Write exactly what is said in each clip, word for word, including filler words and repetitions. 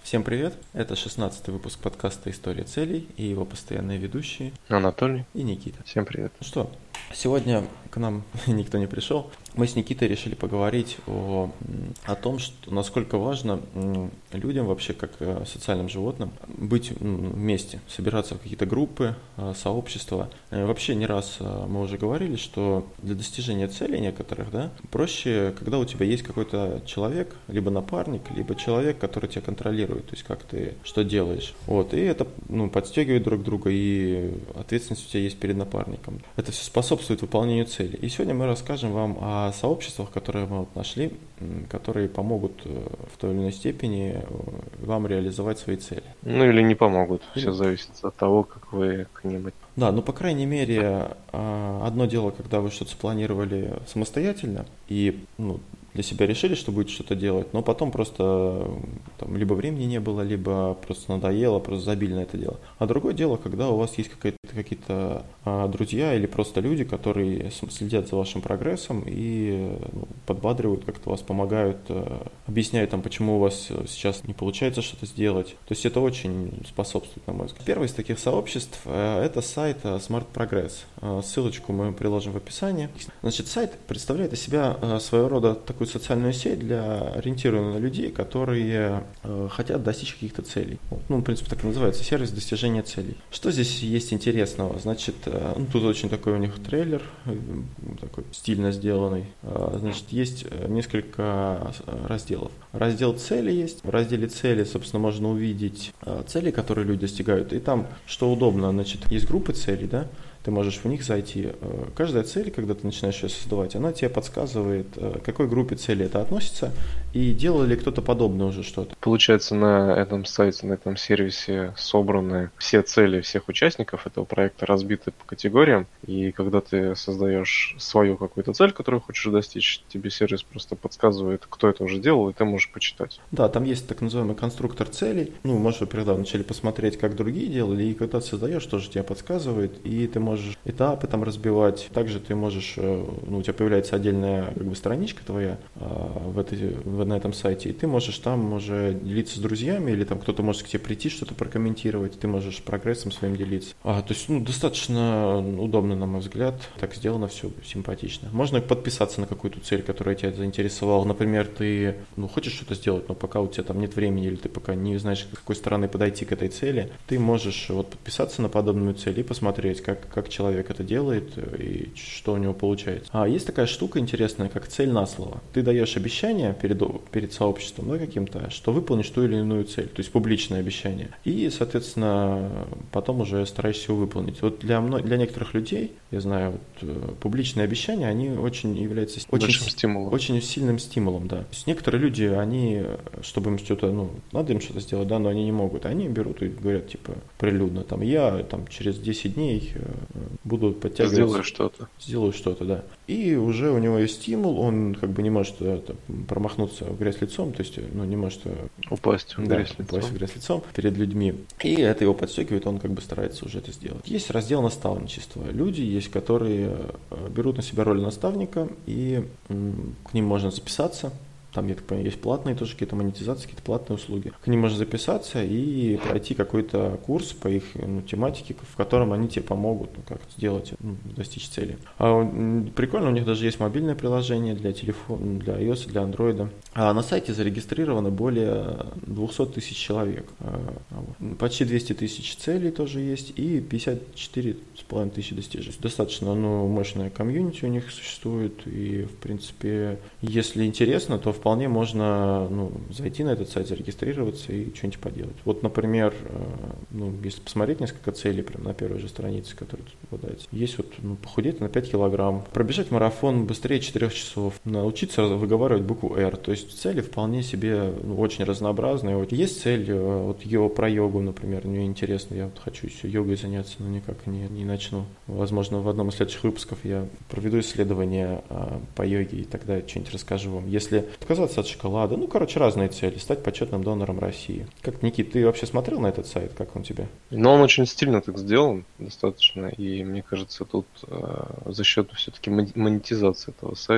Всем привет! Это шестнадцатый выпуск подкаста «История целей» и его постоянные ведущие Анатолий и Никита. Всем привет. Ну что, сегодня к нам никто не пришел. Мы с Никитой решили поговорить о, о том, что, насколько важно людям вообще, как социальным животным, быть вместе, собираться в какие-то группы, сообщества. Вообще не раз мы уже говорили, что для достижения целей некоторых, да, проще, когда у тебя есть какой-то человек, либо напарник, либо человек, который тебя контролирует, то есть как ты что делаешь. Вот, и это ну, подстегивает друг друга, и ответственность у тебя есть перед напарником. Это все способствует выполнению цели. И сегодня мы расскажем вам о сообществах, которые мы вот нашли, которые помогут в той или иной степени вам реализовать свои цели. Ну или не помогут, Или... все зависит от того, как вы к ним... Да, ну по крайней мере, одно дело, когда вы что-то спланировали самостоятельно и ну, для себя решили, что будете что-то делать, но потом просто там, либо времени не было, либо просто надоело, просто забили на это дело. А другое дело, когда у вас есть какие-то а, друзья или просто люди, которые следят за вашим прогрессом и ну, подбадривают, как-то вас помогают, а, объясняют, там, почему у вас сейчас не получается что-то сделать. То есть это очень способствует, на мой взгляд. Первое из таких сообществ а, – это сайт Smart Progress. А, ссылочку мы приложим в описании. Значит, сайт представляет из себя а, своего рода такую социальную сеть, для ориентированную на людей, которые э, хотят достичь каких-то целей. Вот. Ну, в принципе, так и называется, сервис достижения целей. Что здесь есть интересного? Значит, э, ну, тут очень такой у них трейлер, э, такой стильно сделанный. Э, значит, есть несколько разделов. Раздел цели есть. В разделе цели, собственно, можно увидеть э, цели, которые люди достигают. И там, что удобно, значит, есть группы целей, да, ты можешь в них зайти. Каждая цель, когда ты начинаешь ее создавать, она тебе подсказывает, к какой группе цели это относится, и делал ли кто-то подобное уже что-то. Получается, на этом сайте, на этом сервисе собраны все цели всех участников этого проекта, разбиты по категориям, и когда ты создаешь свою какую-то цель, которую хочешь достичь, тебе сервис просто подсказывает, кто это уже делал, и ты можешь почитать. Да, там есть так называемый конструктор целей. Ну, можешь, во-первых, да, вначале посмотреть, как другие делали, и когда ты создаешь, тоже тебе подсказывает, и ты можешь можешь этапы там разбивать. Также ты можешь, ну, у тебя появляется отдельная как бы страничка твоя а, в этой, в, на этом сайте, и ты можешь там уже делиться с друзьями, или там кто-то может к тебе прийти, что-то прокомментировать, ты можешь прогрессом своим делиться. А, то есть, ну, достаточно удобно, на мой взгляд, так сделано все симпатично. Можно подписаться на какую-то цель, которая тебя заинтересовала. Например, ты, ну, хочешь что-то сделать, но пока у тебя там нет времени, или ты пока не знаешь, с какой стороны подойти к этой цели, ты можешь вот подписаться на подобную цель и посмотреть, как, как человек это делает и что у него получается. А есть такая штука интересная, как цель на слово. Ты даешь обещание перед, перед сообществом, да, каким-то, что выполнишь ту или иную цель, то есть публичное обещание. И, соответственно, потом уже стараешься его выполнить. Вот для, для некоторых людей, я знаю, вот, публичные обещания, они очень являются очень, стимулом. очень сильным стимулом, да. То есть некоторые люди, они, чтобы им что-то, ну, надо им что-то сделать, да, но они не могут. Они берут и говорят, типа, прилюдно, там, я там через десять дней буду подтягивать. Сделаю что-то. Сделаю что-то, да. И уже у него есть стимул, он как бы не может это, промахнуться в грязь лицом, то есть, ну, не может упасть в да, грязь лицом. упасть в грязь лицом перед людьми. И это его подстегивает, он как бы старается уже это сделать. Есть раздел наставничества. Люди есть, которые берут на себя роль наставника, и м, к ним можно записаться. Там, я так понимаю, есть платные тоже какие-то монетизации, какие-то платные услуги. К ним можно записаться и пройти какой-то курс по их ну, тематике, в котором они тебе помогут ну, как сделать, ну, достичь цели. А, прикольно, у них даже есть мобильное приложение для телефона, для iOS, для Android. А на сайте зарегистрировано более двести тысяч человек. Почти двести тысяч целей тоже есть и пятьдесят четыре с половиной тысячи достижений. Достаточно ну, мощная комьюнити у них существует. И, в принципе, если интересно, то в вполне можно ну, зайти на этот сайт, зарегистрироваться и что-нибудь поделать. Вот, например, ну, если посмотреть несколько целей прямо на первой же странице, которая тут попадается, есть вот ну, похудеть на пять килограмм, пробежать марафон быстрее четырех часов, научиться выговаривать букву R. То есть цели вполне себе ну, очень разнообразные. Вот есть цель вот йо, про йогу, например, мне интересно, я вот хочу еще йогой заняться, но никак не, не начну. Возможно, в одном из следующих выпусков я проведу исследование а, по йоге и тогда что-нибудь расскажу вам. Если отказаться от шоколада. Ну, короче, разные цели. Стать почетным донором России. Как, Никит, ты вообще смотрел на этот сайт? Как он тебе? Ну, он очень стильно так сделан, достаточно. И мне кажется, тут э, за счет все-таки монетизации этого сайта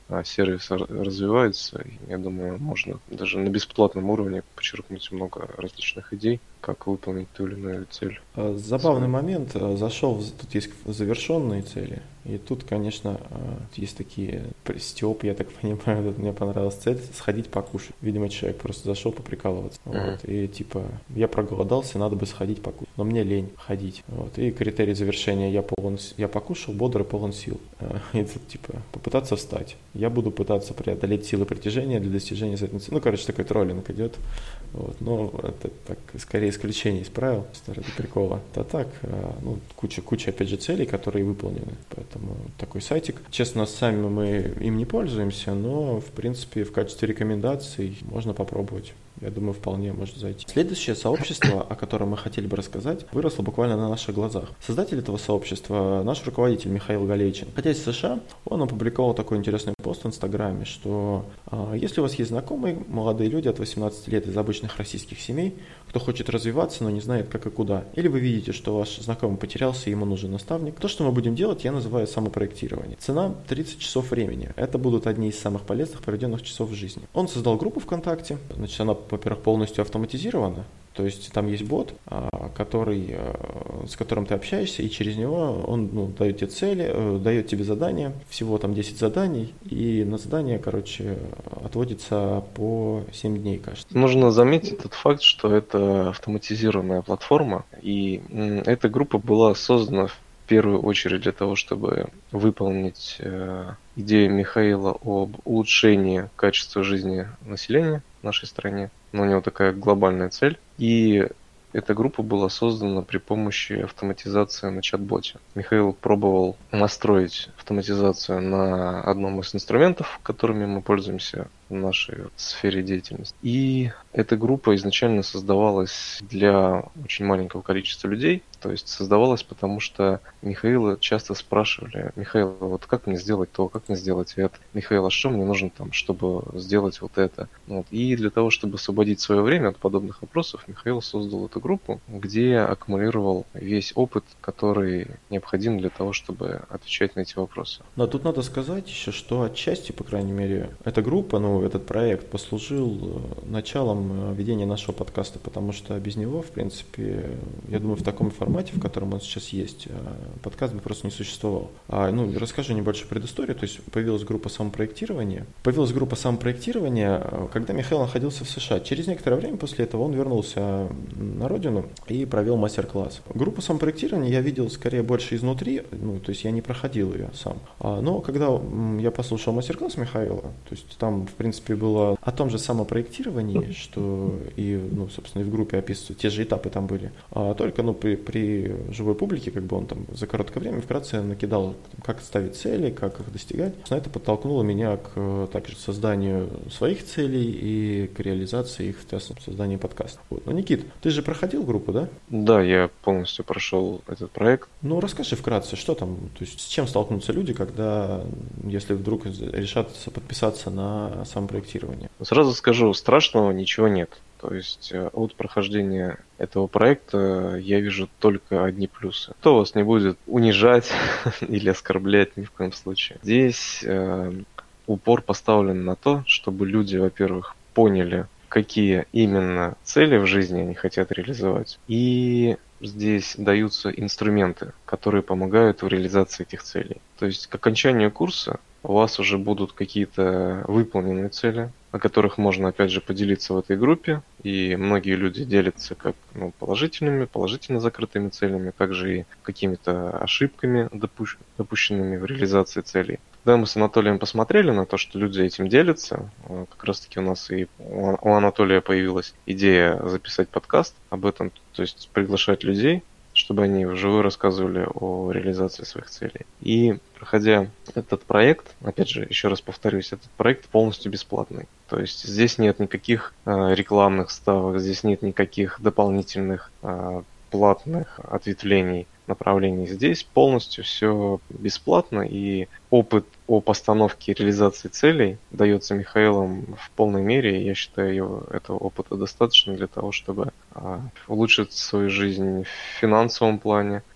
а сервис р- развивается. И я думаю, можно даже на бесплатном уровне подчеркнуть много различных идей, как выполнить ту или иную цель. А, Забавный момент, а, зашел, в- тут есть завершенные цели, и тут, конечно, а, есть такие, пр- Степ, я так понимаю, вот мне понравилась цель, сходить покушать. Видимо, человек просто зашел поприкалываться, Мгм. вот, и типа, я проголодался, надо бы сходить покушать, но мне лень ходить, вот, и критерий завершения, я полон, с- я покушал, бодр и полон сил, А, и тут, типа, попытаться встать, я буду пытаться преодолеть силы притяжения для достижения этой цели, ну, короче, такой троллинг идет, вот, но это так, скорее исключение из правил, что ради прикола. А так, а, ну, куча, куча, опять же, целей, которые выполнены. Поэтому такой сайтик. Честно, сами мы им не пользуемся, но, в принципе, в качестве рекомендаций можно попробовать. Я думаю, вполне может зайти. Следующее сообщество, о котором мы хотели бы рассказать, выросло буквально на наших глазах. Создатель этого сообщества, наш руководитель Михаил Галейчин. Хотя из США, он опубликовал такой интересный пост в Инстаграме, что а, если у вас есть знакомые молодые люди от восемнадцати лет из обычных российских семей, кто хочет развиваться, но не знает как и куда, или вы видите, что ваш знакомый потерялся и ему нужен наставник, то, что мы будем делать, я называю самопроектирование. Цена тридцать часов времени. Это будут одни из самых полезных проведенных часов в жизни. Он создал группу ВКонтакте. Значит, она, во-первых, полностью автоматизирована. То есть там есть бот, а, который, а, с которым ты общаешься, и через него он ну, дает тебе цели, э, дает тебе задания, всего там десять заданий, и на задание, короче, отводится по семь дней, кажется. Нужно заметить тот факт, что это автоматизированная платформа, и м, эта группа была создана в первую очередь для того, чтобы выполнить э, идею Михаила об улучшении качества жизни населения в нашей стране. Но у него такая глобальная цель. И эта группа была создана при помощи автоматизации на чат-боте. Михаил пробовал настроить автоматизацию на одном из инструментов, которыми мы пользуемся в нашей сфере деятельности. И эта группа изначально создавалась для очень маленького количества людей. То есть создавалась потому, что Михаила часто спрашивали: Михаил, вот как мне сделать то, как мне сделать это? Михаил, а что мне нужно там, чтобы сделать вот это? Вот. И для того, чтобы освободить свое время от подобных вопросов, Михаил создал эту группу, где аккумулировал весь опыт, который необходим для того, чтобы отвечать на эти вопросы. Но тут надо сказать еще, что отчасти, по крайней мере, эта группа, ну, этот проект послужил началом ведения нашего подкаста, потому что без него, в принципе, я думаю, в таком формате, в котором он сейчас есть, подкаст бы просто не существовал. А, ну, расскажу небольшую предысторию. То есть появилась группа самопроектирования. Появилась группа самопроектирования, когда Михаил находился в США. Через некоторое время после этого он вернулся на родину и провел мастер-класс. Группу самопроектирования я видел скорее больше изнутри, ну, то есть я не проходил ее сам. А, но когда я послушал мастер-класс Михаила, то есть там, в принципе, было о том же самопроектировании, что и, ну, собственно, и в группе описываются, те же этапы там были, а только, ну, при, при живой публике, как бы он там за короткое время вкратце накидал, как ставить цели, как их достигать. На это подтолкнуло меня к также созданию своих целей и к реализации их в создании подкаста. Вот. Ну, Никит, ты же проходил группу, да? Да, я полностью прошел этот проект. Ну, расскажи вкратце, что там, то есть с чем столкнутся люди, когда, если вдруг решат подписаться на самопроектирование? Сразу скажу, страшного ничего нет. То есть от прохождения этого проекта я вижу только одни плюсы. Кто вас не будет унижать или оскорблять ни в коем случае. Здесь э, упор поставлен на то, чтобы люди, во-первых, поняли, какие именно цели в жизни они хотят реализовать. И здесь даются инструменты, которые помогают в реализации этих целей. То есть к окончанию курса у вас уже будут какие-то выполненные цели, о которых можно, опять же, поделиться в этой группе. И многие люди делятся как ну, положительными, положительно закрытыми целями, также и какими-то ошибками, допущ- допущенными в реализации целей. Когда мы с Анатолием посмотрели на то, что люди этим делятся, как раз-таки у нас и у Анатолия появилась идея записать подкаст об этом, то есть приглашать людей, чтобы они вживую рассказывали о реализации своих целей. И проходя этот проект, опять же, еще раз повторюсь, этот проект полностью бесплатный. То есть здесь нет никаких э, рекламных ставок, здесь нет никаких дополнительных э, платных ответвлений, направлений. Здесь полностью все бесплатно, и опыт о постановке и реализации целей дается Михаилом в полной мере. Я считаю, его, этого опыта достаточно для того, чтобы а, улучшить свою жизнь в финансовом плане,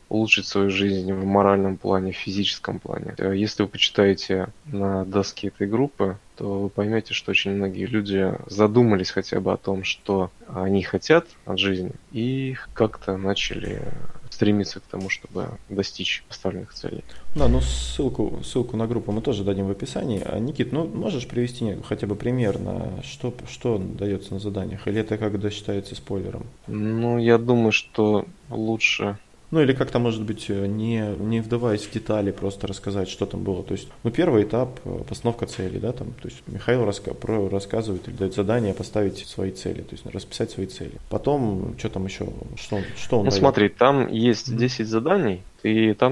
улучшить свою жизнь в моральном плане, в физическом плане. Если вы почитаете на доске этой группы, то вы поймете, что очень многие люди задумались хотя бы о том, что они хотят от жизни, и как-то начали стремиться к тому, чтобы достичь поставленных целей. Да, ну ссылку, ссылку на группу мы тоже дадим в описании. А, Никит, ну можешь привести хотя бы пример на что, что дается на заданиях? Или это когда считается спойлером? Ну, я думаю, что лучше... Ну или как-то, может быть, не, не вдаваясь в детали, просто рассказать, что там было. То есть, ну, первый этап – постановка целей, да, там, то есть Михаил раска- про, рассказывает или дает задание поставить свои цели, то есть расписать свои цели. Потом, что там еще, что он, что он Ну дает? смотри, там есть Мгм. десять заданий, и там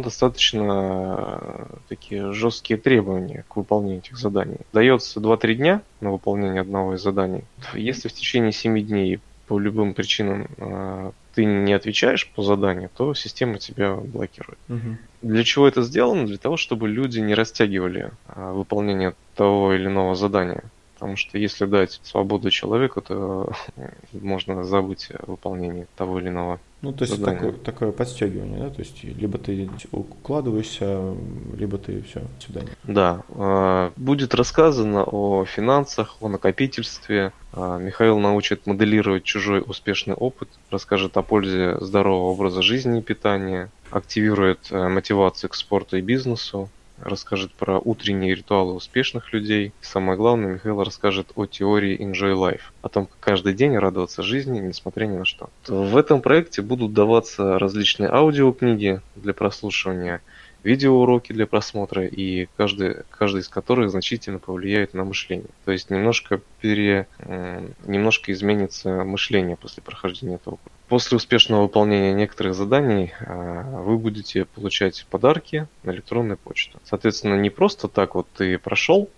достаточно такие жесткие требования к выполнению этих заданий. Дается два-три дня на выполнение одного из заданий. Если в течение семи дней по любым причинам э, ты не отвечаешь по заданию, то система тебя блокирует. Мгм. Для чего это сделано? Для того, чтобы люди не растягивали э, выполнение того или иного задания. Потому что если дать свободу человеку, то можно забыть о выполнении того или иного Ну, то есть задания. такое, такое подстегивание, да, то есть либо ты укладываешься, либо ты все, до свидания. Да, э, будет рассказано о финансах, о накопительстве. Э, Михаил научит моделировать чужой успешный опыт, расскажет о пользе здорового образа жизни и питания, активирует э, мотивацию к спорту и бизнесу, расскажет про утренние ритуалы успешных людей. И самое главное, Михаил расскажет о теории Enjoy Life, о том, как каждый день радоваться жизни, несмотря ни на что. В этом проекте будут даваться различные аудиокниги для прослушивания, видеоуроки для просмотра, и каждый, каждый из которых значительно повлияет на мышление. То есть немножко, пере, немножко изменится мышление после прохождения этого курса. После успешного выполнения некоторых заданий вы будете получать подарки на электронную почту. Соответственно, не просто так вот ты прошел,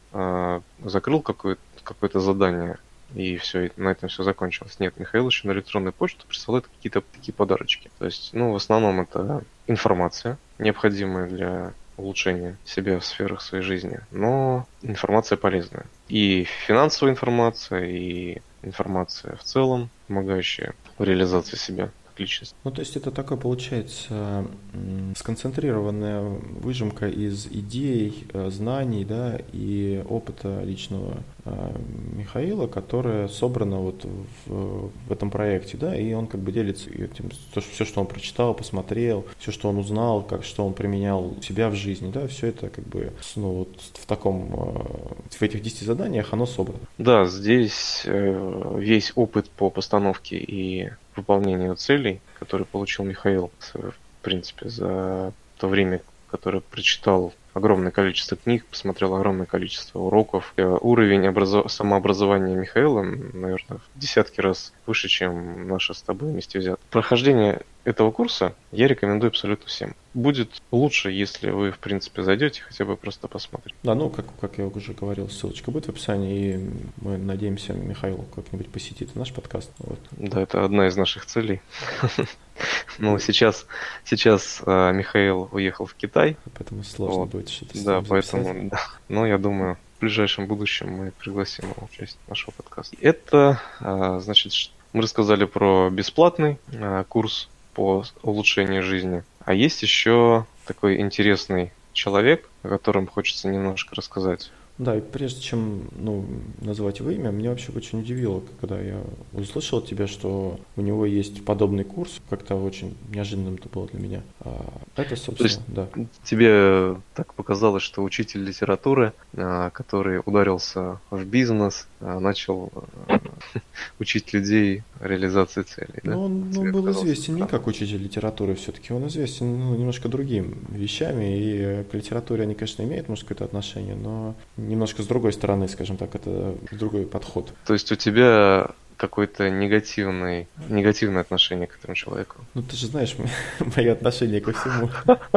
закрыл какое-то, какое-то задание, и все, и на этом все закончилось. Нет, Михаил еще на электронную почту присылает какие-то такие подарочки. То есть, ну, в основном это информация, необходимая для улучшения себя в сферах своей жизни, но информация полезная. И финансовая информация, и информация в целом, помогающая в реализации себя как личности. Ну, то есть это такое, получается, сконцентрированная выжимка из идей, знаний, да, и опыта личного Михаила, которая собрана вот в, в этом проекте, да, и он как бы делится этим, то, что, все, что он прочитал, посмотрел, все, что он узнал, как что он применял у себя в жизни, да, все это как бы, ну, вот в таком, в этих десяти заданиях оно собрано. Да, здесь весь опыт по постановке и выполнению целей, который получил Михаил, в принципе, за то время, которое прочитал огромное количество книг, посмотрел огромное количество уроков. Уровень образов... самообразования Михаила, наверное, в десятки раз выше, чем наше с тобой вместе взято. Прохождение этого курса я рекомендую абсолютно всем. Будет лучше, если вы, в принципе, зайдете, хотя бы просто посмотрите. Да, ну, как, как я уже говорил, ссылочка будет в описании, и мы надеемся, Михаил как-нибудь посетит наш подкаст. Вот. Да, это одна из наших целей. Ну, сейчас, сейчас э, Михаил уехал в Китай. Поэтому сложно вот. будет что-то с Да, ним поэтому, да. Но я думаю, в ближайшем будущем мы пригласим его в часть нашего подкаста. Это, э, значит, мы рассказали про бесплатный э, курс по улучшению жизни. А есть еще такой интересный человек, о котором хочется немножко рассказать. Да, и прежде чем, ну, назвать его имя, меня вообще очень удивило, когда я услышал от тебя, что у него есть подобный курс. Как-то очень неожиданным это было для меня. А это, собственно, То есть да. Тебе так показалось, что учитель литературы, который ударился в бизнес, начал учить людей реализации целей, да? Ну, он, он был известен не как учитель литературы все-таки, он известен, ну, немножко другими вещами, и к литературе они, конечно, имеют, может, какое-то отношение, но немножко с другой стороны, скажем так, это другой подход. То есть у тебя какое-то негативный, негативное отношение к этому человеку? Ну, ты же знаешь мои отношения ко всему.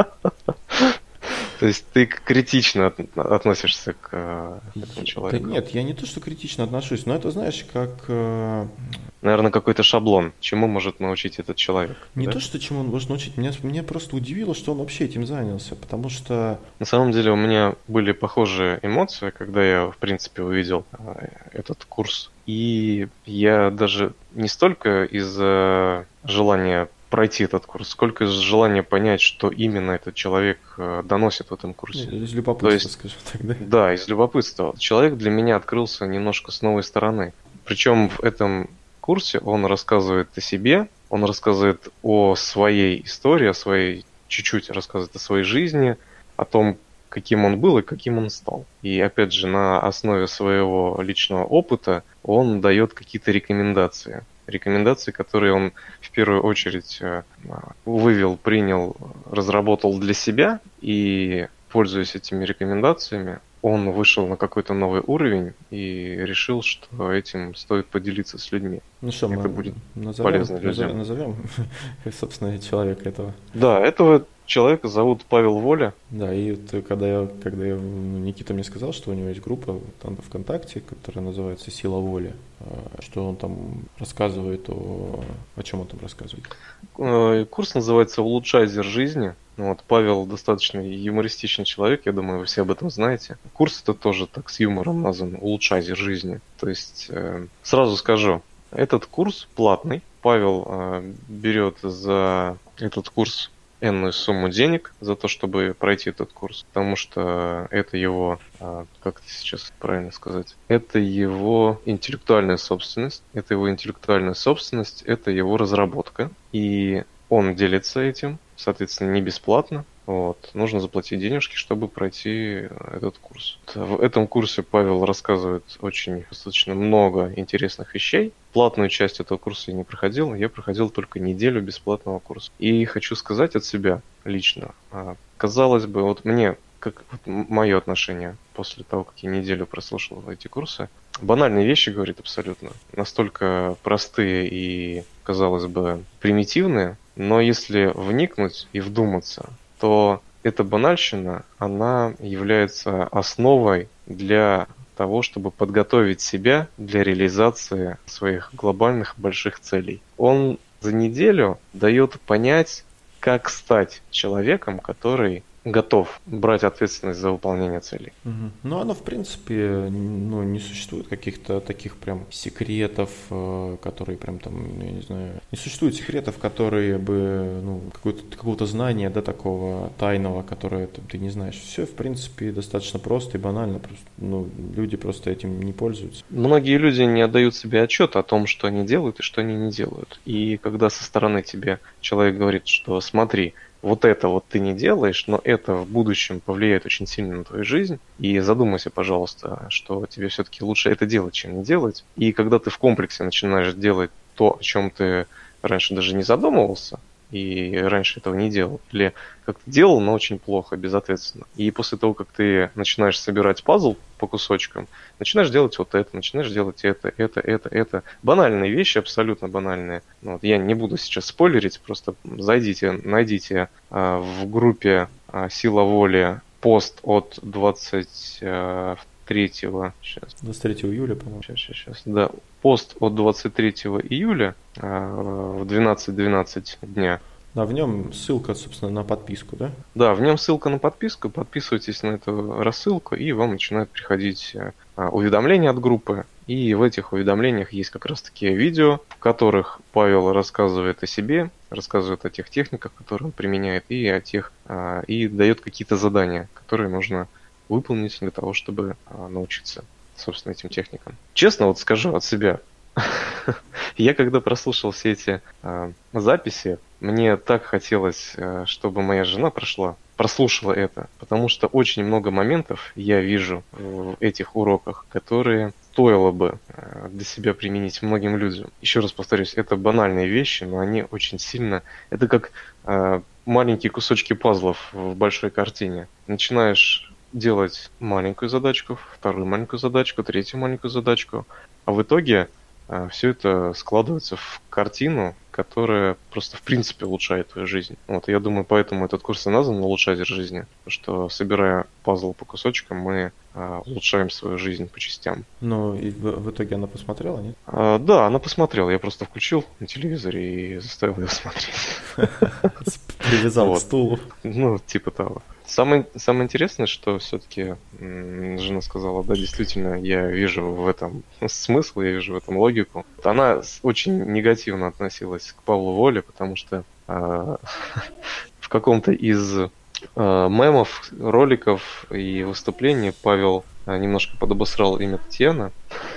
То есть ты критично от, относишься к э, этому человеку? Да нет, я не то, что критично отношусь, но это, знаешь, как... Э... Наверное, какой-то шаблон, чему может научить этот человек. Не да? то, что чему он может научить, меня, меня просто удивило, что он вообще этим занялся, потому что... На самом деле у меня были похожие эмоции, когда я, в принципе, увидел э, этот курс. И я даже не столько из-за желания пройти этот курс, сколько желания понять, что именно этот человек доносит в этом курсе. Из любопытства, то есть, скажем так, да? Да, из любопытства. Человек для меня открылся немножко с новой стороны. Причем в этом курсе он рассказывает о себе, он рассказывает о своей истории, о своей, чуть-чуть рассказывает о своей жизни, о том, каким он был и каким он стал. И опять же, на основе своего личного опыта он дает какие-то рекомендации. Рекомендации, которые он в первую очередь вывел, принял, разработал для себя. И, пользуясь этими рекомендациями, он вышел на какой-то новый уровень и решил, что этим стоит поделиться с людьми. Ну что, это мы будет назовем, полезно людям. Назовем, собственно, человека этого. Да, этого человека зовут Павел Воля. Да, и вот когда я, когда я, Никита мне сказал, что у него есть группа там ВКонтакте, которая называется «Сила воли», что он там рассказывает о... О чем он там рассказывает? Курс называется «Улучшайзер жизни». Вот, Павел достаточно юмористичный человек, я думаю, вы все об этом знаете. Курс это тоже так с юмором назван «Улучшайзер жизни». То есть, э, сразу скажу, этот курс платный. Павел э, берет за этот курс энную сумму денег за то, чтобы пройти этот курс, потому что это его, э, как это сейчас правильно сказать, это его интеллектуальная собственность, это его интеллектуальная собственность, это его разработка, и он делится этим, соответственно, не бесплатно. Вот. Нужно заплатить денежки, чтобы пройти этот курс. В этом курсе Павел рассказывает очень достаточно много интересных вещей. Платную часть этого курса я не проходил, я проходил только неделю бесплатного курса. И хочу сказать от себя лично, казалось бы, вот мне, как вот мое отношение после того, как я неделю прослушал эти курсы, банальные вещи, говорит, абсолютно. Настолько простые и, казалось бы, примитивные, но если вникнуть и вдуматься, то эта банальщина, она является основой для того, чтобы подготовить себя для реализации своих глобальных больших целей. Он за неделю дает понять, как стать человеком, который готов брать ответственность за выполнение целей. Угу. Ну, оно, в принципе, ну, не существует каких-то таких прям секретов, которые прям там, я не знаю, не существует секретов, которые бы, ну, какого-то, какого-то знания, да, такого тайного, которое там, ты не знаешь. Все, в принципе, достаточно просто и банально. Просто, ну, люди просто этим не пользуются. Многие люди не отдают себе отчет о том, что они делают и что они не делают. И когда со стороны тебе человек говорит, что смотри, вот это вот ты не делаешь, но это в будущем повлияет очень сильно на твою жизнь. И задумайся, пожалуйста, что тебе все-таки лучше это делать, чем не делать. И когда ты в комплексе начинаешь делать то, о чем ты раньше даже не задумывался, и раньше этого не делал, или как-то делал, но очень плохо, безответственно. И после того, как ты начинаешь собирать пазл по кусочкам, начинаешь делать вот это, начинаешь делать это, это, это, это. Банальные вещи, абсолютно банальные. Вот, я не буду сейчас спойлерить, просто зайдите, найдите а, в группе а, «Сила воли» пост от двадцать третьего, сейчас. двадцать третьего июля, по-моему. Сейчас, сейчас, сейчас. Да, пост от двадцать третьего июля а, в двенадцать двенадцать дня. Да, в нем ссылка, собственно, на подписку, да? Да, в нем ссылка на подписку. Подписывайтесь на эту рассылку, и вам начинают приходить а, уведомления от группы. И в этих уведомлениях есть как раз-таки видео, в которых Павел рассказывает о себе, рассказывает о тех техниках, которые он применяет, и о тех, а, и дает какие-то задания, которые нужно выполнить для того, чтобы а, научиться, собственно, этим техникам. Честно, вот скажу от себя, я когда прослушал все эти а, записи, мне так хотелось, а, чтобы моя жена прошла, прослушала это, потому что очень много моментов я вижу в этих уроках, которые стоило бы а, для себя применить многим людям. Еще раз повторюсь, это банальные вещи, но они очень сильно... Это как а, маленькие кусочки пазлов в большой картине. Начинаешь делать маленькую задачку, вторую маленькую задачку, третью маленькую задачку, а в итоге а, все это складывается в картину, которая просто в принципе улучшает твою жизнь. Вот, я думаю, поэтому этот курс и назван «Улучшайзер жизни», потому что, собирая пазл по кусочкам, мы а, улучшаем свою жизнь по частям. Ну, и в, в итоге она посмотрела, нет? А, да, она посмотрела, я просто включил на телевизоре и заставил ее смотреть. Привязал к стулу. Ну, типа того. Самое, самое интересное, что все-таки жена сказала, да, действительно, я вижу в этом смысл, я вижу в этом логику. Она очень негативно относилась к Павлу Воле, потому что в каком-то из мемов, роликов и выступлений Павел немножко подобосрал имя Татьяна.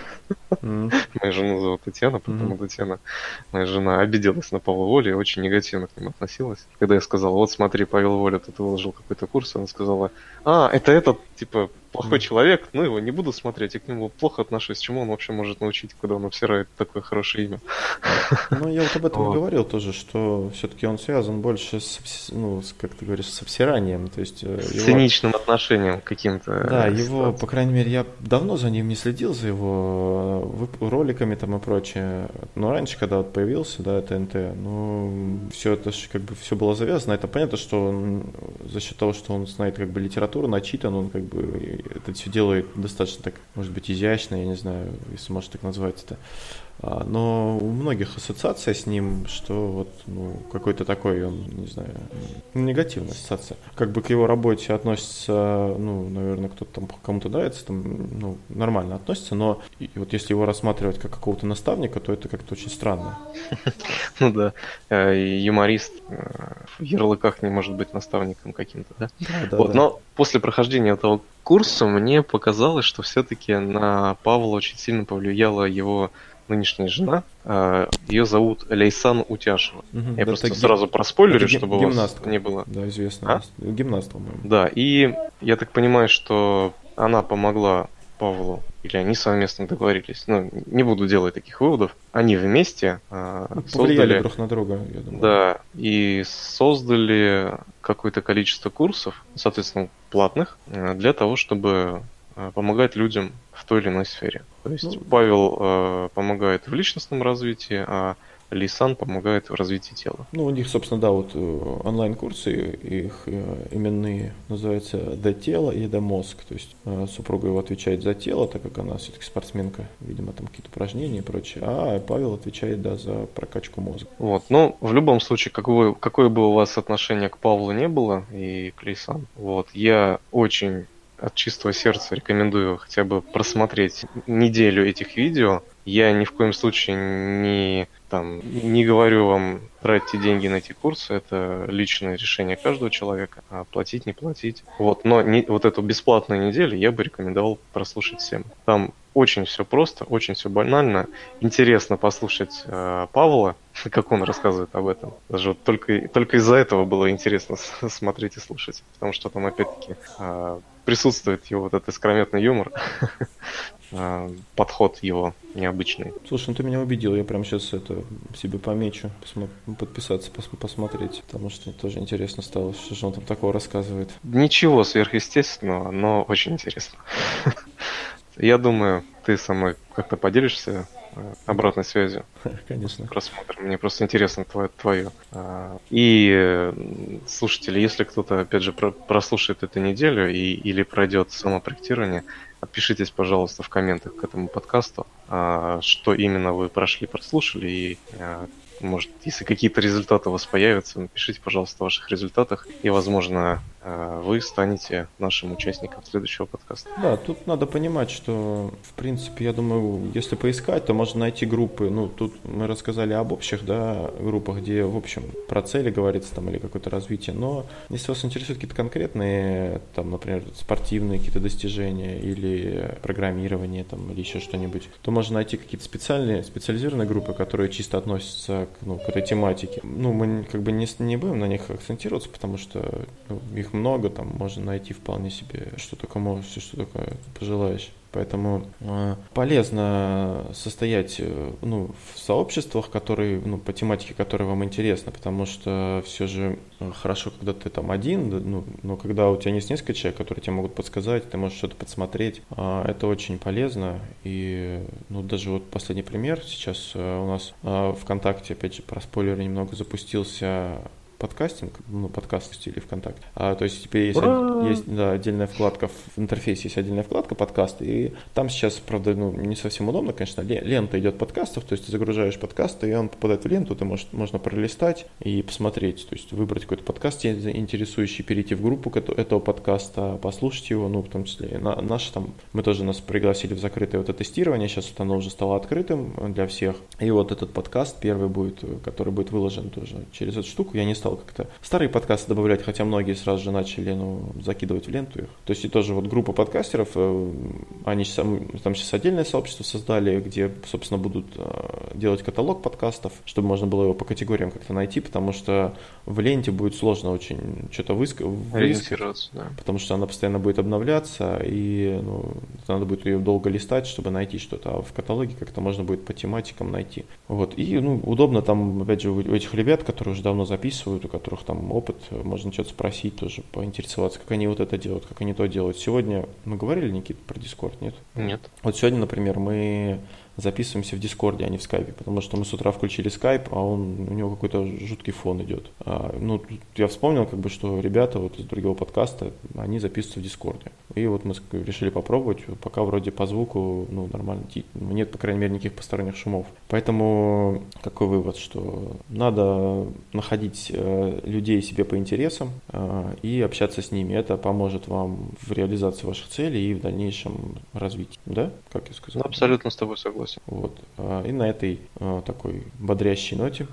Mm. Мою жену зовут Татьяна, потому mm. Татьяна, моя жена, обиделась на Павла Волю и очень негативно к нему относилась. Когда я сказал, вот смотри, Павел Воля, тут выложил какой-то курс, она сказала, а, это этот, типа, плохой mm. человек, ну его не буду смотреть, я к нему плохо отношусь, чему он вообще может научить, когда он обсирает такое хорошее имя. Ну, я вот об этом вот. говорил тоже, что все-таки он связан больше с, ну, с, как ты говоришь, с обсиранием, то есть... С его... циничным отношением каким-то. Да, его, ситуации. По крайней мере, я давно за ним не следил, за его роликами там и прочее, но раньше, когда вот появился, да, ТНТ, ну, все это же как бы все было завязано, это понятно, что он за счет того, что он знает как бы литературу, начитан, он как бы это все делает достаточно так, может быть, изящно, я не знаю, если можно так назвать это. Но у многих ассоциация с ним, что вот ну, какой-то такой, он, не знаю, негативная ассоциация. Как бы к его работе относится, ну, наверное, кто-то там кому-то нравится, там, ну, нормально относится, но и вот если его рассматривать как какого-то наставника, то это как-то очень странно. Ну да, юморист в ярлыках не может быть наставником каким-то, да? Да, да, вот, да. Но после прохождения этого курса мне показалось, что все-таки на Павла очень сильно повлияла его нынешняя жена, ее зовут Лейсан Утяшева. Угу, Я просто гим... сразу проспойлерю, чтобы у вас не было. Да, известно. А? Гимнаст, по-моему. Да, и я так понимаю, что она помогла Павлу, или они совместно договорились. Ну, не буду делать таких выводов. Они вместе ну, повлияли создали... друг на друга, я думаю. Да, и создали какое-то количество курсов, соответственно, платных, для того, чтобы помогать людям в той или иной сфере. То есть ну, Павел э, помогает в личностном развитии, а Лейсан помогает в развитии тела. Ну, у них, собственно, да, вот онлайн-курсы, их именные называются «До тела» и «До мозг». То есть э, супруга его отвечает за тело, так как она все-таки спортсменка, видимо, там какие-то упражнения и прочее, а Павел отвечает, да, за прокачку мозга. Вот, ну, в любом случае, какое, какое бы у вас отношение к Павлу не было и к Лейсан, вот, я очень... от чистого сердца рекомендую хотя бы просмотреть неделю этих видео. Я ни в коем случае не, там, не говорю вам тратьте деньги на эти курсы, это личное решение каждого человека, а платить, не платить. Вот, но не, вот эту бесплатную неделю я бы рекомендовал прослушать всем. Там очень все просто, очень все банально. Интересно послушать э, Павла, как он рассказывает об этом. Даже вот только, только из-за этого было интересно смотреть и слушать, потому что там опять-таки э, присутствует его вот этот искрометный юмор, подход его необычный. Слушай, ну ты меня убедил, я прямо сейчас это себе помечу, подписаться, посмотреть, потому что тоже интересно стало, что же он там такого рассказывает. Ничего сверхъестественного, но очень интересно. Я думаю, ты со мной как-то поделишься обратной связью. Конечно. Просмотр. Мне просто интересно твое. твое. И, слушатели, если кто-то, опять же, прослушает эту неделю и, или пройдет самопроектирование, отпишитесь, пожалуйста, в комментах к этому подкасту, что именно вы прошли, прослушали, и, может, если какие-то результаты у вас появятся, напишите, пожалуйста, о ваших результатах, и, возможно, вы станете нашим участником следующего подкаста. Да, тут надо понимать, что, в принципе, я думаю, если поискать, то можно найти группы. Ну, тут мы рассказали об общих, да, группах, где, в общем, про цели говорится там или какое-то развитие. Но если вас интересуют какие-то конкретные, там, например, спортивные какие-то достижения или программирование, там, или еще что-нибудь, то можно найти какие-то специальные, специализированные группы, которые чисто относятся к, ну, к этой тематике. Ну, мы как бы не, не будем на них акцентироваться, потому что ну, их много, там можно найти вполне себе, что только можешь, что только пожелаешь. Поэтому э, полезно состоять э, ну, в сообществах, которые, ну, по тематике, которая вам интересна, потому что все же хорошо, когда ты там один, ну, но когда у тебя есть несколько человек, которые тебе могут подсказать, ты можешь что-то подсмотреть, э, это очень полезно. И ну, даже вот последний пример, сейчас э, у нас э, ВКонтакте, опять же, про спойлеры немного запустился подкастинг, ну, подкаст в стиле ВКонтакте. А, то есть теперь есть, од- есть да, отдельная вкладка, в интерфейсе есть отдельная вкладка подкасты, и там сейчас, правда, ну, не совсем удобно, конечно, лента идет подкастов, то есть ты загружаешь подкасты, и он попадает в ленту, ты можешь, можно пролистать и посмотреть, то есть выбрать какой-то подкаст интересующий, перейти в группу этого подкаста, послушать его, ну, в том числе и на, наши там, мы тоже нас пригласили в закрытое вот это тестирование, сейчас вот оно уже стало открытым для всех, и вот этот подкаст первый будет, который будет выложен тоже через эту штуку, я не стал как-то старые подкасты добавлять, хотя многие сразу же начали, ну, закидывать в ленту их, то есть и тоже вот группа подкастеров, они сейчас, там сейчас отдельное сообщество создали, где, собственно, будут делать каталог подкастов, чтобы можно было его по категориям как-то найти, потому что в ленте будет сложно очень что-то выискать, да. потому что она постоянно будет обновляться, и ну, надо будет ее долго листать, чтобы найти что-то, а в каталоге как-то можно будет по тематикам найти. Вот. И ну, удобно там, опять же, у этих ребят, которые уже давно записывают, у которых там опыт, можно что-то спросить тоже, поинтересоваться, как они вот это делают, как они то делают. Сегодня мы говорили, Никита, про Discord, нет? Нет. Вот сегодня, например, мы записываемся в Дискорде, а не в Скайпе, потому что мы с утра включили Скайп, а он, у него какой-то жуткий фон идет. А, ну, я вспомнил, как бы, что ребята вот из другого подкаста, они записываются в Дискорде. И вот мы решили попробовать, пока вроде по звуку, ну, нормально, нет, по крайней мере, никаких посторонних шумов. Поэтому какой вывод, что надо находить э, людей себе по интересам э, и общаться с ними. Это поможет вам в реализации ваших целей и в дальнейшем развитии. Да? Как я сказал? Ну, абсолютно с тобой согласен. Вот. И на этой такой бодрящей ноте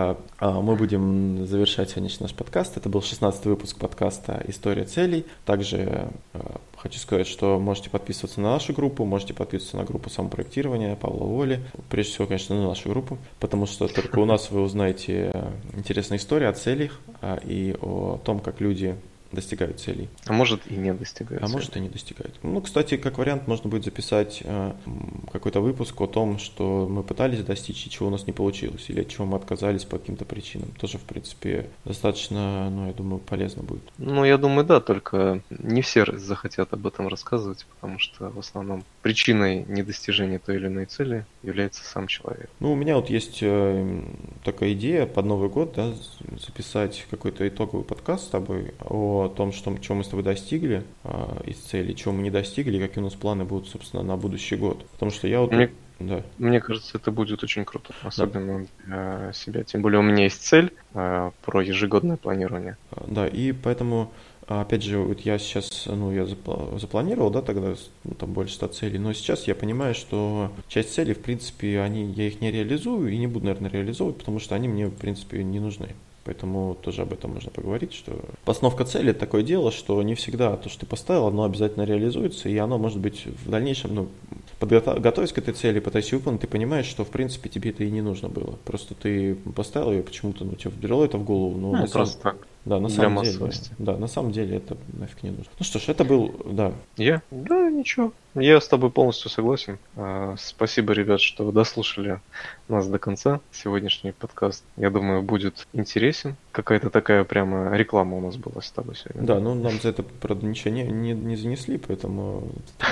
мы будем завершать сегодняшний наш подкаст. Это был шестнадцатый выпуск подкаста «История целей». Также хочу сказать, что можете подписываться на нашу группу, можете подписываться на группу самопроектирования Павла Воли. Прежде всего, конечно, на нашу группу, потому что только у нас вы узнаете интересные истории о целях и о том, как люди достигают целей. А может и не достигают. А цели. может и не достигают. Ну, кстати, как вариант, можно будет записать э, какой-то выпуск о том, что мы пытались достичь и чего у нас не получилось, или от чего мы отказались по каким-то причинам. Тоже, в принципе, достаточно, ну, я думаю, полезно будет. Ну, я думаю, да, только не все захотят об этом рассказывать, потому что в основном причиной недостижения той или иной цели является сам человек. Ну, у меня вот есть э, такая идея под Новый год, да, записать какой-то итоговый подкаст с тобой о том, что, чего мы с тобой достигли э, из целей, чего мы не достигли, и какие у нас планы будут, собственно, на будущий год. Потому что я вот... Мне, да. мне кажется, это будет очень круто, особенно да. для себя. Тем более у меня есть цель э, про ежегодное планирование. Да, и поэтому... Опять же, вот я сейчас, ну, я запланировал, да, тогда ну, там больше ста целей, но сейчас я понимаю, что часть целей, в принципе, они, я их не реализую и не буду, наверное, реализовывать, потому что они мне, в принципе, не нужны. Поэтому тоже об этом можно поговорить, что постановка цели – это такое дело, что не всегда то, что ты поставил, оно обязательно реализуется, и оно может быть в дальнейшем, ну, подготовясь к этой цели, пытаясь выполнить, ты понимаешь, что, в принципе, тебе это и не нужно было. Просто ты поставил ее почему-то, ну, тебе вбрело это в голову. Но ну, на просто самом... так. Да, на для самом массовости. деле. Да, на самом деле это нафиг не нужно. Ну что ж, это был, да. Я? Да, ничего. Я с тобой полностью согласен. А, спасибо, ребят, что вы дослушали нас до конца. Сегодняшний подкаст, я думаю, будет интересен. Какая-то такая прямо реклама у нас была с тобой сегодня. Да, ну нам за это, правда, ничего не, не, не занесли, поэтому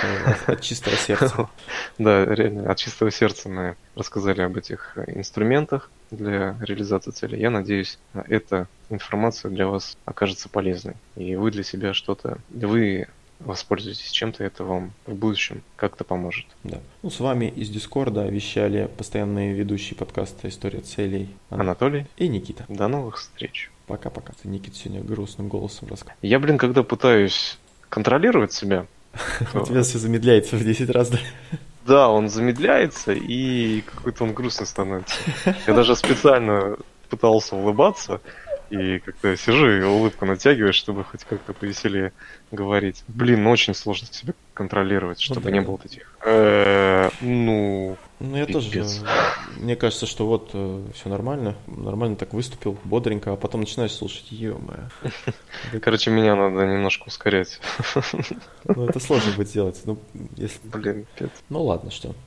от чистого сердца. Да, реально, от чистого сердца мы рассказали об этих инструментах для реализации цели. Я надеюсь, эта информация для вас окажется полезной. И вы для себя что-то, вы воспользуетесь чем-то, это вам в будущем как-то поможет. Да. Ну, с вами из Дискорда вещали постоянные ведущие подкаста «История целей» Анатолий и Никита. До новых встреч. Пока-пока. Никита сегодня грустным голосом рассказывает. Я, блин, когда пытаюсь контролировать себя... У тебя все замедляется в десять раз, да? Да, он замедляется, и какой-то он грустный становится. Я даже специально пытался улыбаться, и как-то сижу и улыбку натягиваю, чтобы хоть как-то повеселее говорить. Блин, ну очень сложно себя контролировать, чтобы ну, да. не было таких. Э-э, ну, ну, я пипец. тоже. Мне кажется, что вот э, все нормально. Нормально так выступил, бодренько, а потом начинаешь слушать, ё-моё. Короче, меня надо немножко ускорять. Ну, это сложно будет сделать. Ну, если... Блин, пипец. Ну, ладно, что.